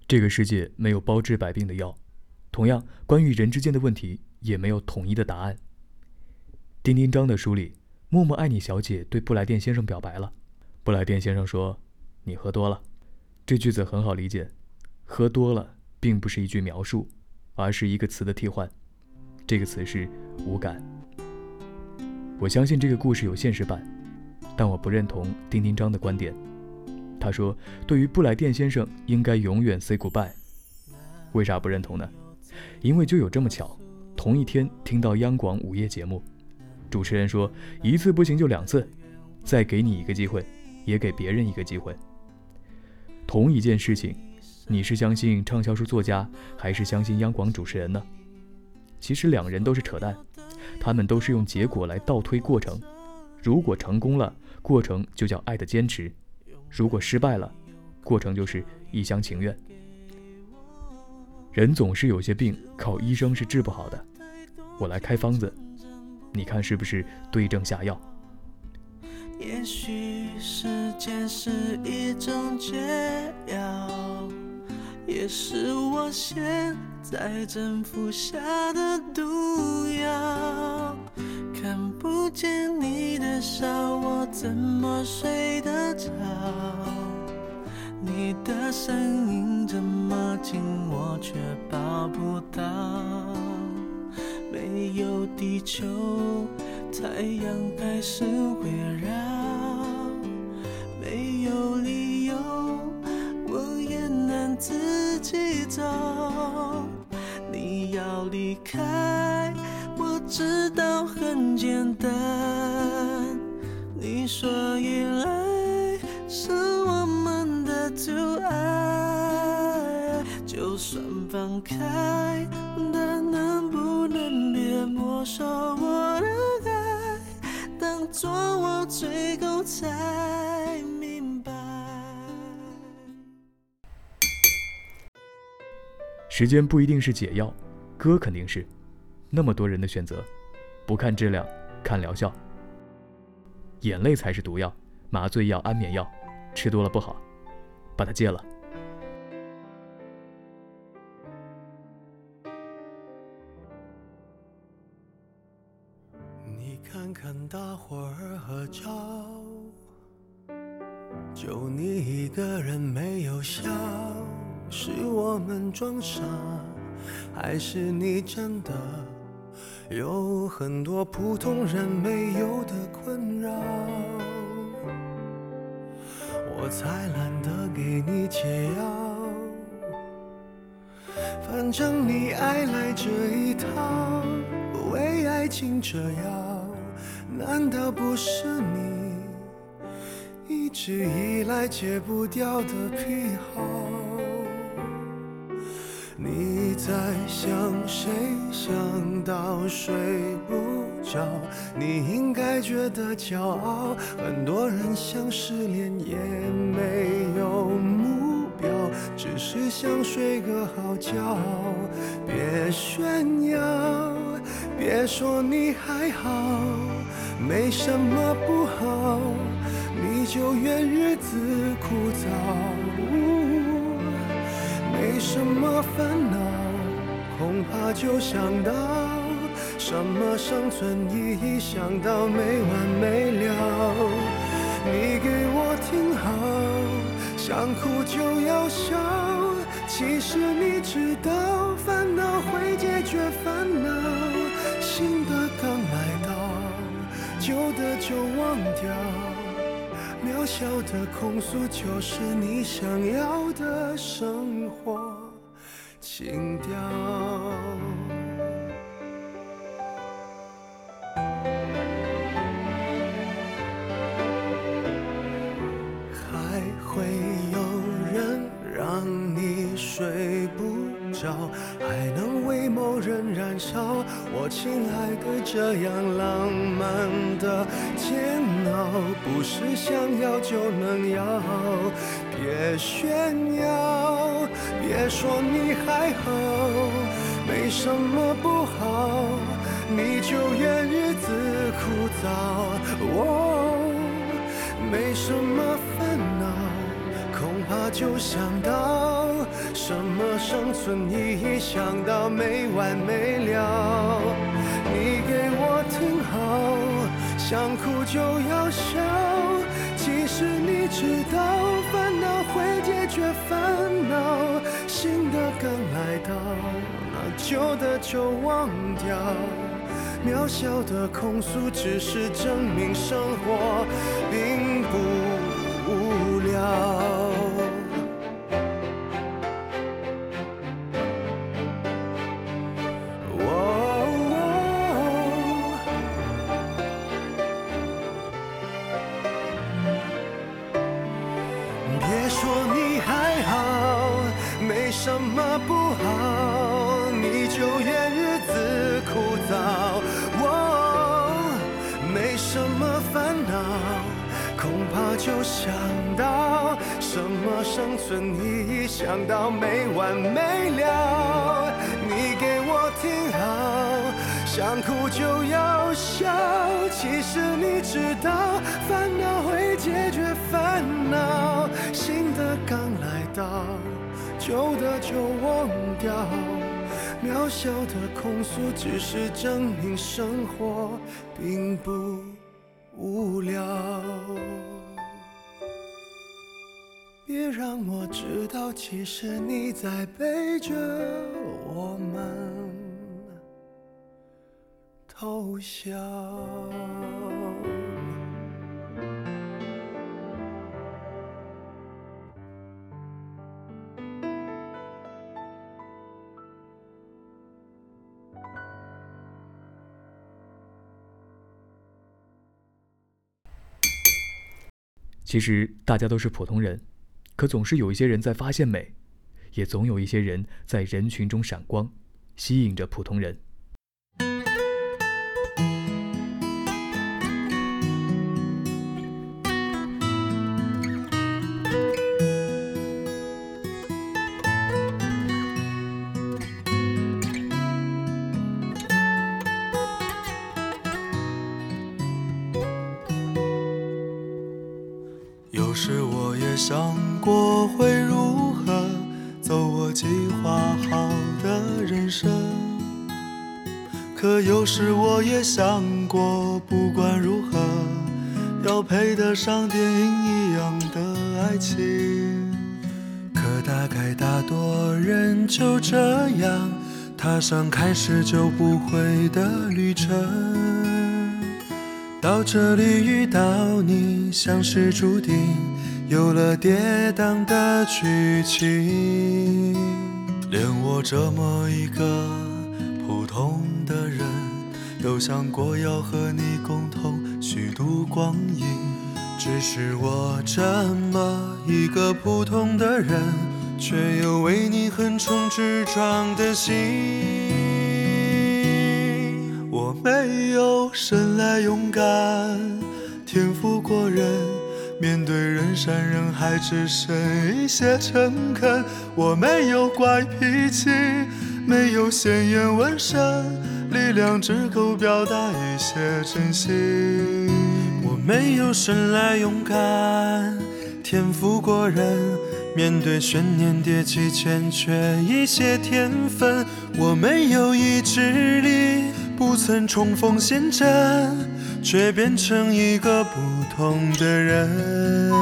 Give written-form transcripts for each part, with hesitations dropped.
这个世界没有包治百病的药，同样，关于人之间的问题也没有统一的答案。丁丁章的书里，默默爱你小姐对布莱电先生表白了。布莱电先生说：“你喝多了。”这句子很好理解，喝多了并不是一句描述，而是一个词的替换。这个词是无感。我相信这个故事有现实版，但我不认同丁丁章的观点。他说，对于布莱电先生应该永远 say goodbye。 为啥不认同呢？因为就有这么巧，同一天听到央广午夜节目，主持人说一次不行就2次，再给你一个机会，也给别人一个机会。同一件事情，你是相信畅销书作家，还是相信央广主持人呢？其实两人都是扯淡，他们都是用结果来倒推过程。如果成功了，过程就叫爱的坚持；如果失败了，过程就是一厢情愿。人总是有些病靠医生是治不好的，我来开方子，你看是不是对症下药？ 也许时间是一种解药，也是我现在正服下的毒药。看不见你的笑，我怎么睡得着？你的声音这么近，我却抱不到。没有地球，太阳开始围绕。没有理由，我也能自己走。你要离开，我知道很简单。你说依赖是我们的阻碍，就算放开，但能不能别没收我的爱，当作我最后才明白。 时间不一定是解药，歌肯定是。那么多人的选择，不看质量，看疗效。眼泪才是毒药，麻醉药、安眠药，吃多了不好，把它戒了。 你看看大伙儿合照，就你一个人没有笑，是我们装傻，还是你真的有很多普通人没有的困扰？我才懒得给你解药，反正你爱来这一套，为爱情折腰，难道不是你一直以来戒不掉的癖好？你在想谁，想到睡不着，你应该觉得骄傲。很多人想失恋也没有目标，只是想睡个好觉。别炫耀，别说你还好，没什么不好，你就怨日子枯燥。没什么烦恼，恐怕就想到什么生存意义，想到没完没了。你给我听好，想哭就要笑，其实你知道烦恼会解决烦恼，新的刚来到，旧的就忘掉，渺小的控诉就是你想要的生活情调。还会有人让你睡不着，还能为某人燃烧。我亲爱的，这样浪漫的煎熬，不是想要就能要。别炫耀，别说你还好，没什么不好，你就怨日子枯燥。没什么烦恼，恐怕就想到什么生存意义，想到没完没了。你给我听好，想哭就要笑，其实你知道烦恼会解决烦恼，新的刚来到，那旧的就忘掉。渺小的控诉只是证明生活并不无聊。别说你还好，没什么不好，你就怨日子枯燥。没什么烦恼，恐怕就想到什么生存意义，想到没完没了。你给我听好，想哭就要笑，其实你知道烦恼会解决烦恼，新的刚来到，旧的就忘掉。渺小的控诉只是证明生活并不无聊。别让我知道，其实你在背着我们偷笑。 其实大家都是普通人，可总是有一些人在发现美，也总有一些人在人群中闪光，吸引着普通人。 有时我也想过会如何走我计划好的人生，可有时我也想过，不管如何要配得上电影一样的爱情。可大概大多人就这样踏上开始就不回的旅程，到这里遇到你，像是注定有了跌宕的剧情。连我这么一个普通的人，都想过要和你共同虚度光阴。只是我这么一个普通的人，却有为你横冲直撞的心。我没有生来勇敢，天赋过人，面对人山人海只剩一些诚恳。我没有怪脾气，没有鲜艳纹身，力量只够表达一些真心。我没有生来勇敢，天赋过人，面对悬念迭起欠缺一些天分。我没有意志力，不曾冲锋陷阵，却变成一个不同的人。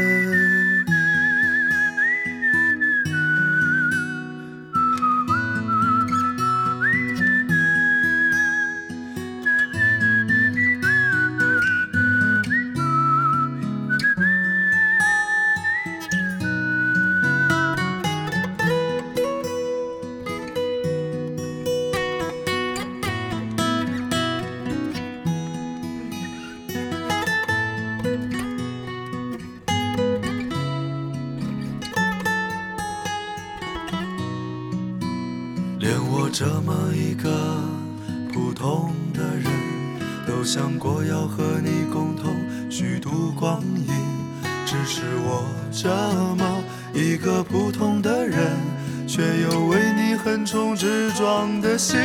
连我这么一个普通的人，都想过要和你共同虚度光阴。只是我这么一个普通的人，却有为你横冲直撞的心。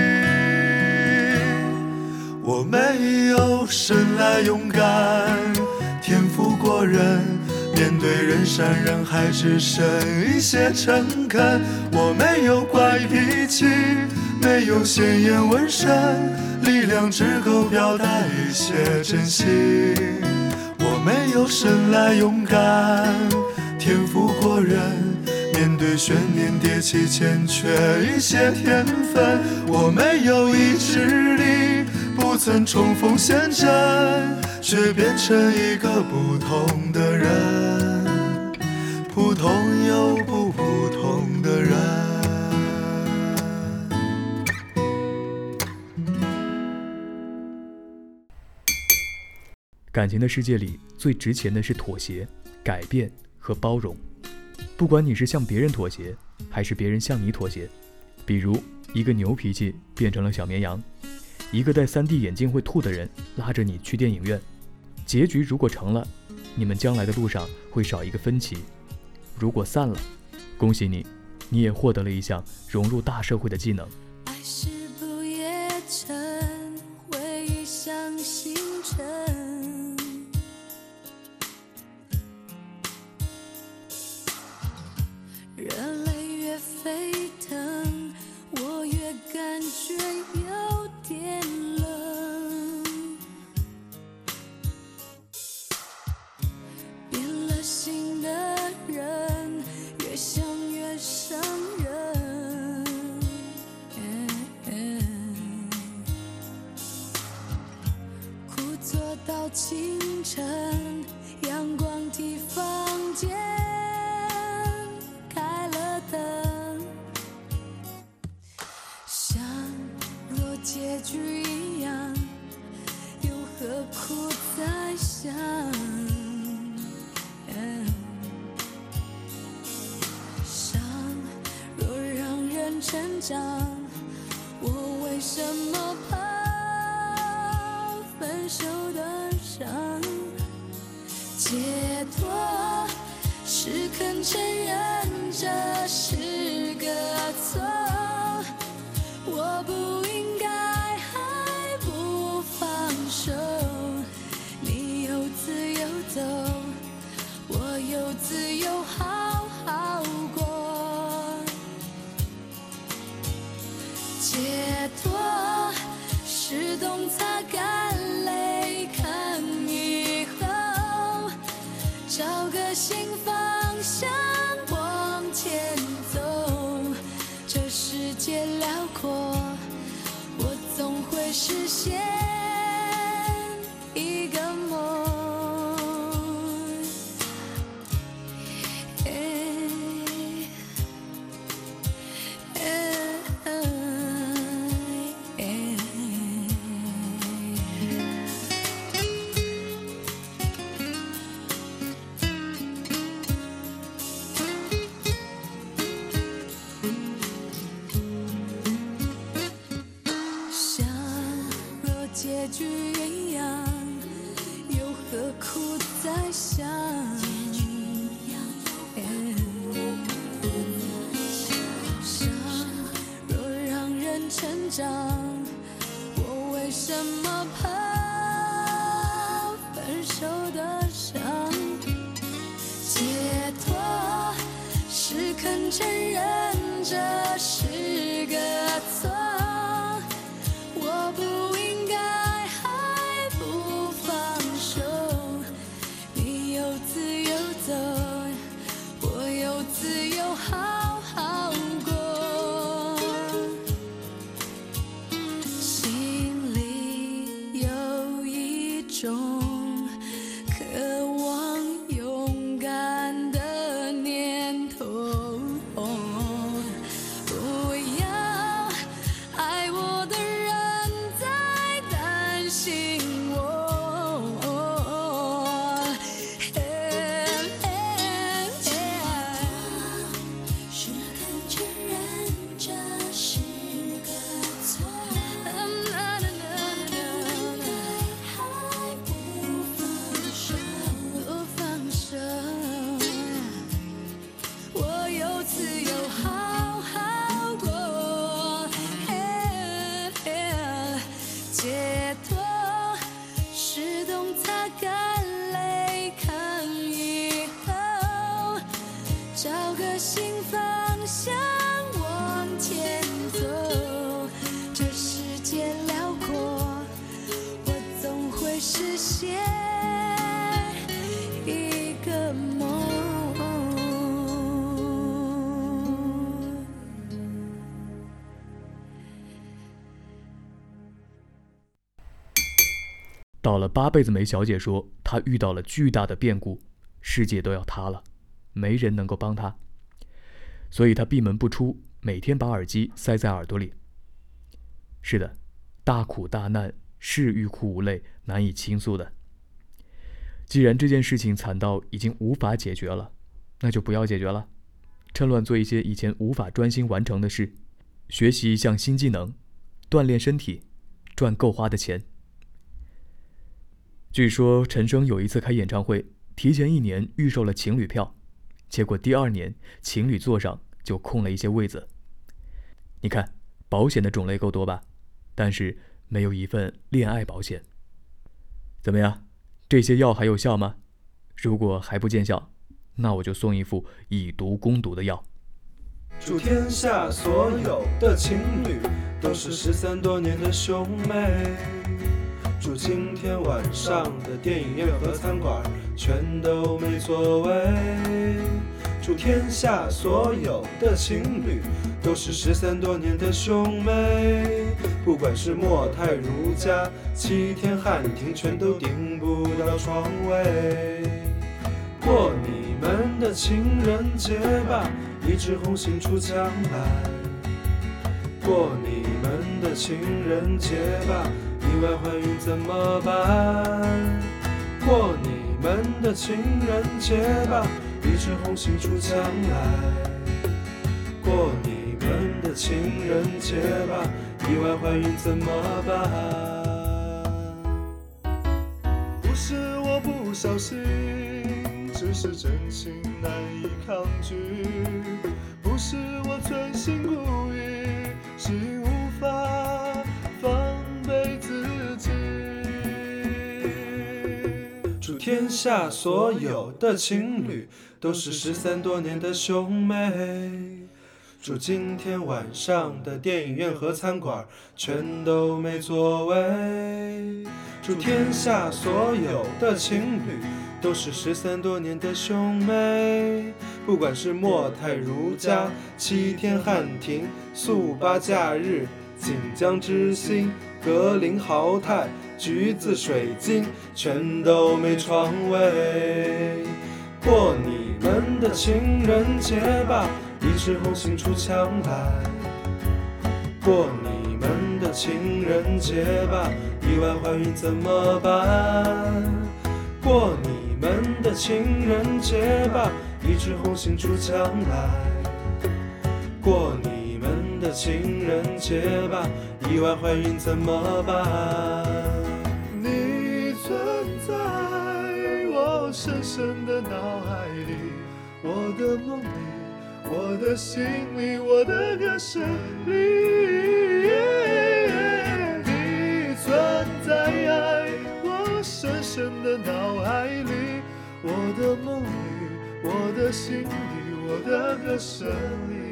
我没有生来勇敢，天赋过人，面面对人山人海只剩一些诚恳。我没有怪脾气，没有鲜艳纹身，力量只够表达一些真心。我没有生来勇敢，天赋过人，面对悬念迭起欠缺一些天分。我没有意志力，不曾冲锋陷阵，却变成一个不同的人，普通又不普通的人。 感情的世界里，最值钱的是妥协、改变和包容。不管你是向别人妥协，还是别人向你妥协。比如，一个牛脾气变成了小绵羊，一个戴 3D 眼镜会吐的人拉着你去电影院。结局如果成了，你们将来的路上会少一个分歧；如果散了，恭喜你，你也获得了一项融入大社会的技能。 爱是不夜城，回忆像星辰，热泪越沸腾，我越感觉有点冷。变了心的人，越想越伤人。苦坐到清晨，阳光替房间开了灯，像若结局一样，又何苦再想？伤若让人成长，我为什么怕分手的伤？解脱是肯承认这是个错，我不应该还不放手。你有自由走，我有自由好好过。解脱是懂擦干泪，看以后找个新方向往前走。这世界辽阔，我总会实现一个梦。像若结局一样，又何苦再想？伤若让人成长，我为什么怕分手的伤？解脱是肯承认这是个错，我不应该还不放手。你有自由走，我有自由好好过。心里有一种渴望勇敢的念头，不新方向往前走。这世界辽阔，我总会实现一个梦。 到了8辈子梅小姐说，她遇到了巨大的变故，世界都要塌了，没人能够帮她，所以她闭门不出，每天把耳机塞在耳朵里。是的，大苦大难是欲哭无泪，难以倾诉的。既然这件事情惨到已经无法解决了，那就不要解决了，趁乱做一些以前无法专心完成的事，学习一项新技能，锻炼身体，赚够花的钱。据说陈升有一次开演唱会，提前1年预售了情侣票，结果第2年情侣座上就空了一些位子。你看，保险的种类够多吧？但是没有一份恋爱保险。怎么样？这些药还有效吗？如果还不见效，那我就送一副以毒攻毒的药。 祝天下所有的情侣都是13多年的兄妹。祝今天晚上的电影院和餐馆全都没座位。祝天下所有的情侣都是13多年的兄妹。不管是莫泰如家、7天汉庭，全都订不到床位。过你们的情人节吧，一枝红杏出墙来。过你们的情人节吧，意外怀孕怎么办？过你们的情人节吧，一枝红杏出墙来。过你们的情人节吧，意外怀孕怎么办？不是我不小心，只是真情难以抗拒。不是我存心故意，是因无法防备自己。祝天下所有的情侣都是13多年的兄妹。祝今天晚上的电影院和餐馆全都没座位。祝天下所有的情侣都是13多年的兄妹。不管是莫泰如家、7天汉庭、速八假日、锦江之星、格林豪泰、橘子水晶，全都没床位。过你们的情人节吧，一枝红杏出墙来。过你们的情人节吧，意外怀孕怎么办？过你们的情人节吧，一枝红杏出墙来。过你们的情人节吧，意外怀孕怎么办？你存在我深深的脑海里，我的梦里，我的心里，我的歌声里。你存在我深深的脑海里，我的梦里，我的心里，我的歌声里。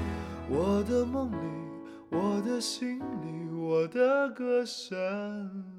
我的梦里，我的心里，我的歌声